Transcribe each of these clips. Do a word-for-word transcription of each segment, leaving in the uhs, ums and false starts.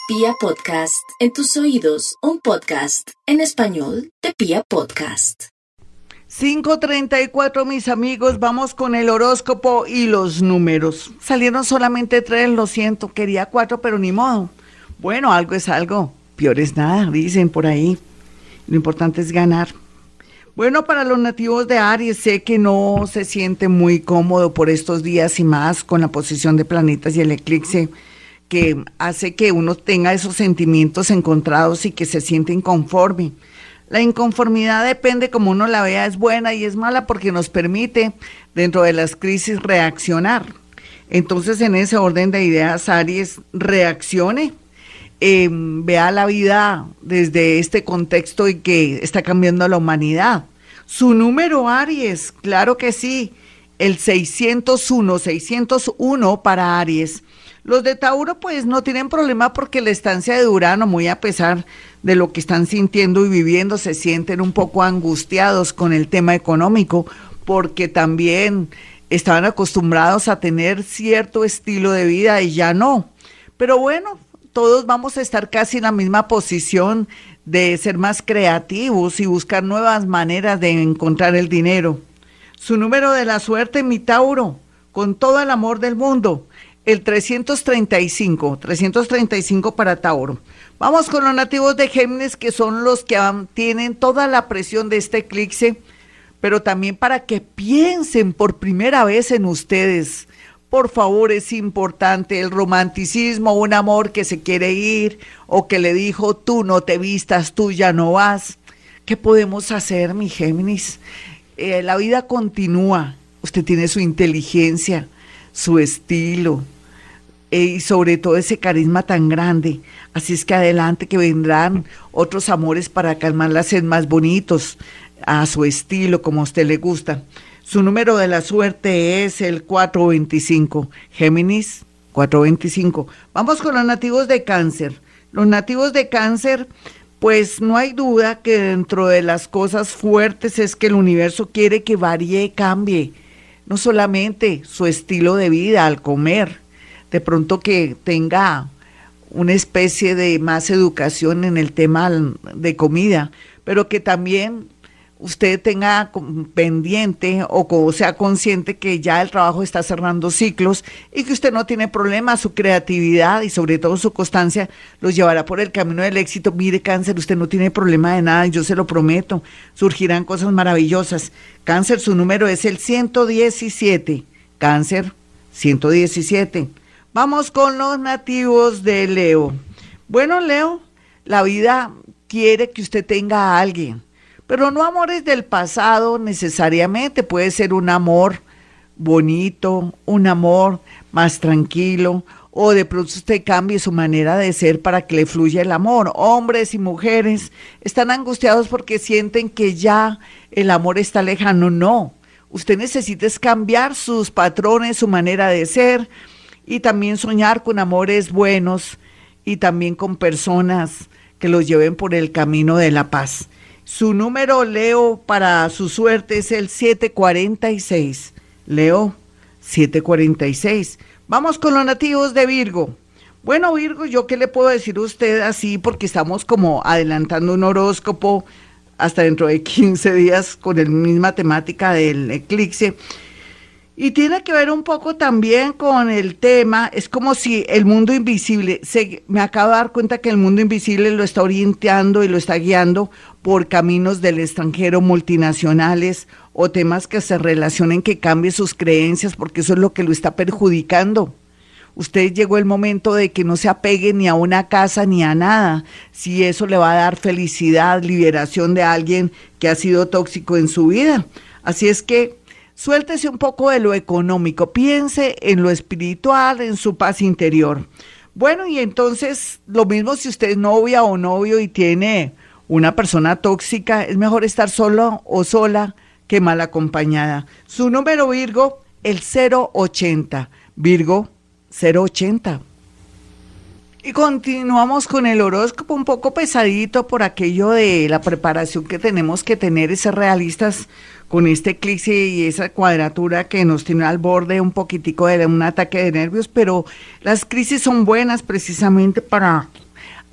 Pia Podcast, en tus oídos, un podcast en español de Pia Podcast. cinco treinta y cuatro, mis amigos, vamos con el horóscopo y los números. Salieron solamente tres, lo siento, quería cuatro, pero ni modo. Bueno, algo es algo, peor es nada, dicen por ahí. Lo importante es ganar. Bueno, para los nativos de Aries, sé que no se siente muy cómodo por estos días y más con la posición de planetas y el eclipse, que hace que uno tenga esos sentimientos encontrados y que se siente inconforme. La inconformidad depende como uno la vea, es buena y es mala porque nos permite dentro de las crisis reaccionar. Entonces, en ese orden de ideas, Aries, reaccione, eh, vea la vida desde este contexto y que está cambiando la humanidad. Su número, Aries, claro que sí, el seiscientos uno, seiscientos uno para Aries. Los de Tauro pues no tienen problema porque la estancia de Urano, muy a pesar de lo que están sintiendo y viviendo, se sienten un poco angustiados con el tema económico porque también estaban acostumbrados a tener cierto estilo de vida y ya no. Pero bueno, todos vamos a estar casi en la misma posición de ser más creativos y buscar nuevas maneras de encontrar el dinero. Su número de la suerte, mi Tauro, con todo el amor del mundo, el trescientos treinta y cinco, trescientos treinta y cinco para Tauro. Vamos con los nativos de Géminis, que son los que um, tienen toda la presión de este eclipse, pero también para que piensen por primera vez en ustedes. Por favor, es importante el romanticismo, un amor que se quiere ir o que le dijo, tú no te vistas, tú ya no vas. ¿Qué podemos hacer, mi Géminis? Eh, la vida continúa, usted tiene su inteligencia, su estilo, y sobre todo ese carisma tan grande, así es que adelante que vendrán otros amores para calmar las sed más bonitos, a su estilo, como a usted le gusta. Su número de la suerte es el cuatrocientos veinticinco, Géminis, cuatrocientos veinticinco. Vamos con los nativos de Cáncer. Los nativos de Cáncer, pues no hay duda que dentro de las cosas fuertes es que el universo quiere que varíe, cambie, no solamente su estilo de vida al comer, de pronto que tenga una especie de más educación en el tema de comida, pero que también usted tenga pendiente o sea consciente que ya el trabajo está cerrando ciclos y que usted no tiene problema, su creatividad y sobre todo su constancia los llevará por el camino del éxito. Mire, Cáncer, usted no tiene problema de nada, yo se lo prometo, surgirán cosas maravillosas. Cáncer, su número es el ciento diecisiete, Cáncer, ciento diecisiete. Vamos con los nativos de Leo. Bueno, Leo, la vida quiere que usted tenga a alguien, pero no amores del pasado necesariamente, puede ser un amor bonito, un amor más tranquilo, o de pronto usted cambie su manera de ser para que le fluya el amor. Hombres y mujeres están angustiados porque sienten que ya el amor está lejano. No, usted necesita es cambiar sus patrones, su manera de ser, y también soñar con amores buenos y también con personas que los lleven por el camino de la paz. Su número, Leo, para su suerte es el setecientos cuarenta y seis. Leo, setecientos cuarenta y seis. Vamos con los nativos de Virgo. Bueno, Virgo, ¿yo qué le puedo decir a usted así? Porque estamos como adelantando un horóscopo hasta dentro de quince días con la misma temática del eclipse. Y tiene que ver un poco también con el tema, es como si el mundo invisible, se, me acabo de dar cuenta que el mundo invisible lo está orientando y lo está guiando por caminos del extranjero, multinacionales o temas que se relacionen, que cambie sus creencias, porque eso es lo que lo está perjudicando. Usted llegó el momento de que no se apegue ni a una casa ni a nada, si eso le va a dar felicidad, liberación de alguien que ha sido tóxico en su vida. Así es que suéltese un poco de lo económico, piense en lo espiritual, en su paz interior. Bueno, y entonces lo mismo si usted es novia o novio y tiene una persona tóxica, es mejor estar solo o sola que mal acompañada. Su número, Virgo, el cero ochenta. Virgo, cero ochenta. Y continuamos con el horóscopo un poco pesadito por aquello de la preparación que tenemos que tener y ser realistas con este eclipse y esa cuadratura que nos tiene al borde un poquitico de un ataque de nervios, pero las crisis son buenas precisamente para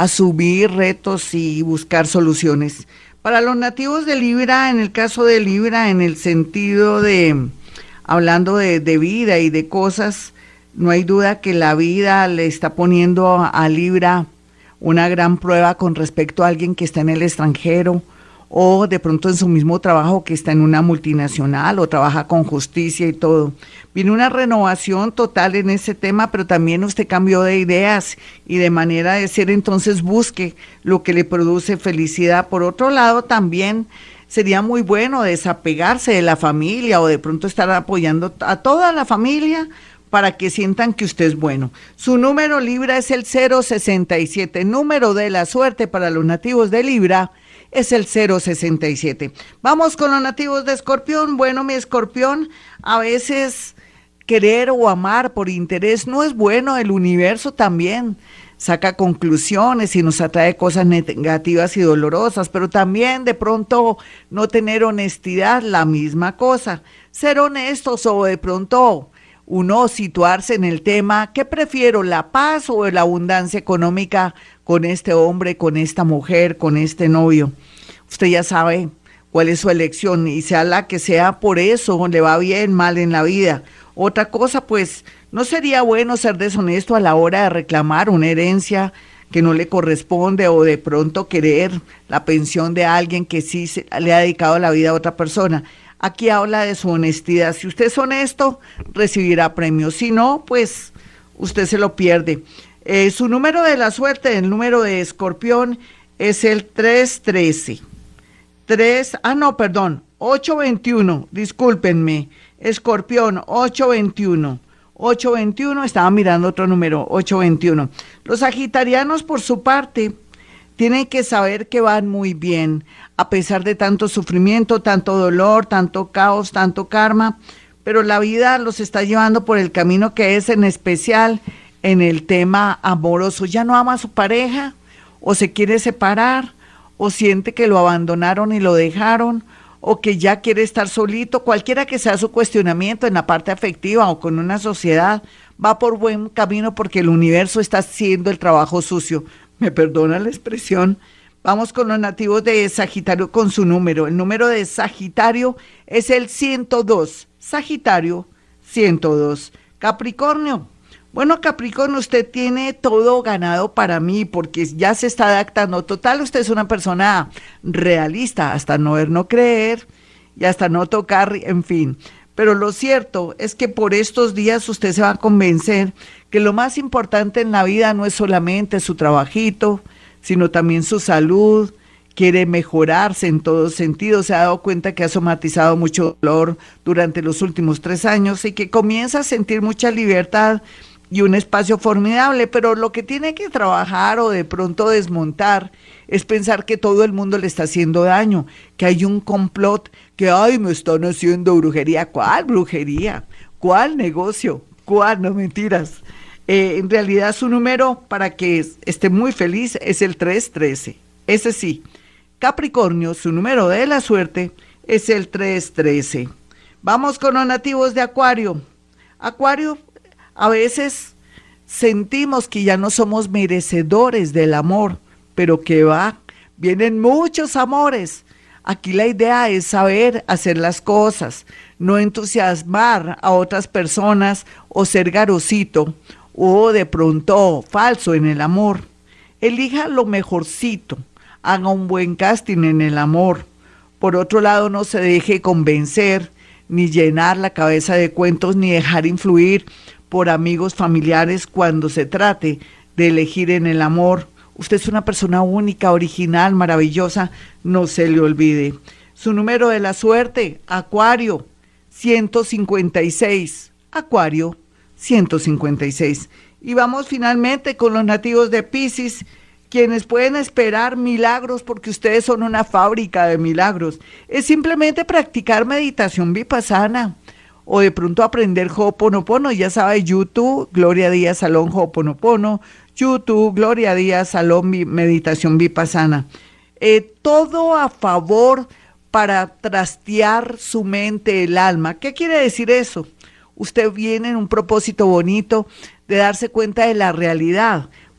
asumir retos y buscar soluciones. Para los nativos de Libra, en el caso de Libra, en el sentido de, hablando de, de vida y de cosas, no hay duda que la vida le está poniendo a Libra una gran prueba con respecto a alguien que está en el extranjero o de pronto en su mismo trabajo que está en una multinacional o trabaja con justicia y todo. Viene una renovación total en ese tema, pero también usted cambió de ideas y de manera de ser, entonces busque lo que le produce felicidad. Por otro lado, también sería muy bueno desapegarse de la familia o de pronto estar apoyando a toda la familia para que sientan que usted es bueno. Su número Libra es el cero sesenta y siete, número de la suerte para los nativos de Libra es el cero sesenta y siete. Vamos con los nativos de Escorpión. Bueno, mi Escorpión, a veces querer o amar por interés no es bueno. El universo también saca conclusiones y nos atrae cosas negativas y dolorosas, pero también de pronto no tener honestidad, la misma cosa. Ser honestos o de pronto uno situarse en el tema, ¿qué prefiero, la paz o la abundancia económica con este hombre, con esta mujer, con este novio? Usted ya sabe cuál es su elección y sea la que sea, por eso le va bien, mal en la vida. Otra cosa, pues, no sería bueno ser deshonesto a la hora de reclamar una herencia que no le corresponde o de pronto querer la pensión de alguien que sí se, le ha dedicado la vida a otra persona. Aquí habla de su honestidad. Si usted es honesto, recibirá premios. Si no, pues usted se lo pierde. Eh, su número de la suerte, el número de Escorpión, es el tres trece. tres, ah, no, perdón, ocho veintiuno, discúlpenme. Escorpión, ocho veintiuno. ocho veintiuno, estaba mirando otro número, ocho veintiuno. Los sagitarianos, por su parte, tienen que saber que van muy bien, a pesar de tanto sufrimiento, tanto dolor, tanto caos, tanto karma, pero la vida los está llevando por el camino que es, en especial en el tema amoroso. Ya no ama a su pareja, o se quiere separar, o siente que lo abandonaron y lo dejaron, o que ya quiere estar solito. Cualquiera que sea su cuestionamiento en la parte afectiva o con una sociedad, va por buen camino porque el universo está haciendo el trabajo sucio. Me perdona la expresión. Vamos con los nativos de Sagitario con su número. El número de Sagitario es el ciento dos. Sagitario, ciento dos. Capricornio. Bueno, Capricornio, usted tiene todo ganado para mí porque ya se está adaptando. Total, usted es una persona realista, hasta no ver, no creer y hasta no tocar, en fin. Pero lo cierto es que por estos días usted se va a convencer que lo más importante en la vida no es solamente su trabajito, sino también su salud. Quiere mejorarse en todos sentidos, se ha dado cuenta que ha somatizado mucho dolor durante los últimos tres años y que comienza a sentir mucha libertad y un espacio formidable, pero lo que tiene que trabajar o de pronto desmontar es pensar que todo el mundo le está haciendo daño, que hay un complot, que ay, me están haciendo brujería. ¿Cuál brujería? ¿Cuál negocio? ¿Cuál? No, mentiras. Eh, en realidad su número para que esté muy feliz es el tres trece. Ese sí. Capricornio, su número de la suerte es el tres trece. Vamos con los nativos de Acuario. Acuario, a veces sentimos que ya no somos merecedores del amor, pero que va, vienen muchos amores. Aquí la idea es saber hacer las cosas, no entusiasmar a otras personas o ser garosito o de pronto falso en el amor. Elija lo mejorcito, haga un buen casting en el amor. Por otro lado, no se deje convencer, ni llenar la cabeza de cuentos, ni dejar influir por amigos familiares cuando se trate de elegir en el amor. Usted es una persona única, original, maravillosa, no se le olvide. Su número de la suerte, Acuario, ciento cincuenta y seis. Acuario, ciento cincuenta y seis. Y vamos finalmente con los nativos de Piscis, quienes pueden esperar milagros porque ustedes son una fábrica de milagros. Es simplemente practicar meditación vipassana o de pronto aprender Ho'oponopono. Ya sabe, YouTube, Gloria Díaz Salón Ho'oponopono, YouTube, Gloria Díaz Salón Meditación Vipassana. Eh, todo a favor para trastear su mente, el alma. ¿Qué quiere decir eso? Usted viene en un propósito bonito de darse cuenta de la realidad,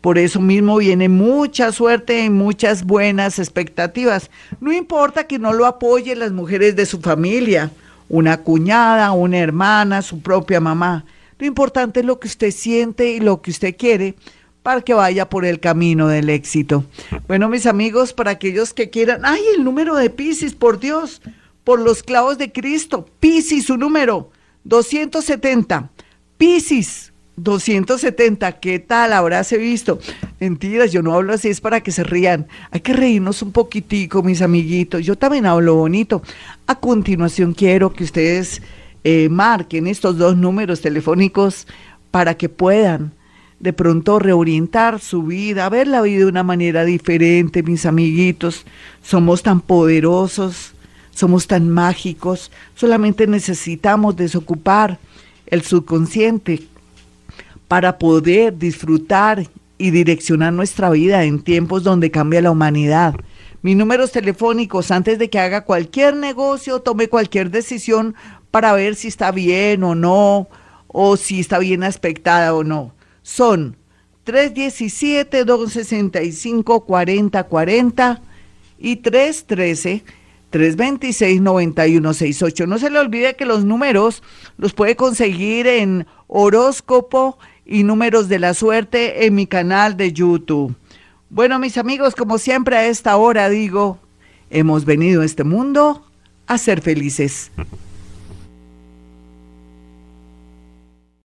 Por eso mismo viene mucha suerte y muchas buenas expectativas. No importa que no lo apoyen las mujeres de su familia, una cuñada, una hermana, su propia mamá. Lo importante es lo que usted siente y lo que usted quiere para que vaya por el camino del éxito. Bueno, mis amigos, para aquellos que quieran, ¡ay, el número de Piscis, por Dios! Por los clavos de Cristo, Piscis, su número, doscientos setenta. Piscis, doscientos setenta, ¿qué tal? Habráse visto. Mentiras, yo no hablo así, es para que se rían. Hay que reírnos un poquitico, mis amiguitos. Yo también hablo bonito. A continuación quiero que ustedes eh, marquen estos dos números telefónicos para que puedan de pronto reorientar su vida, ver la vida de una manera diferente, mis amiguitos. Somos tan poderosos, somos tan mágicos, solamente necesitamos desocupar el subconsciente para poder disfrutar y direccionar nuestra vida en tiempos donde cambia la humanidad. Mis números telefónicos, antes de que haga cualquier negocio, tome cualquier decisión para ver si está bien o no, o si está bien aspectada o no, son tres uno siete, dos seis cinco, cuatro cero cuatro cero y tres uno tres, tres dos seis, nueve uno seis ocho. No se le olvide que los números los puede conseguir en Horóscopo y Números de la Suerte en mi canal de YouTube. Bueno, mis amigos, como siempre a esta hora digo, hemos venido a este mundo a ser felices.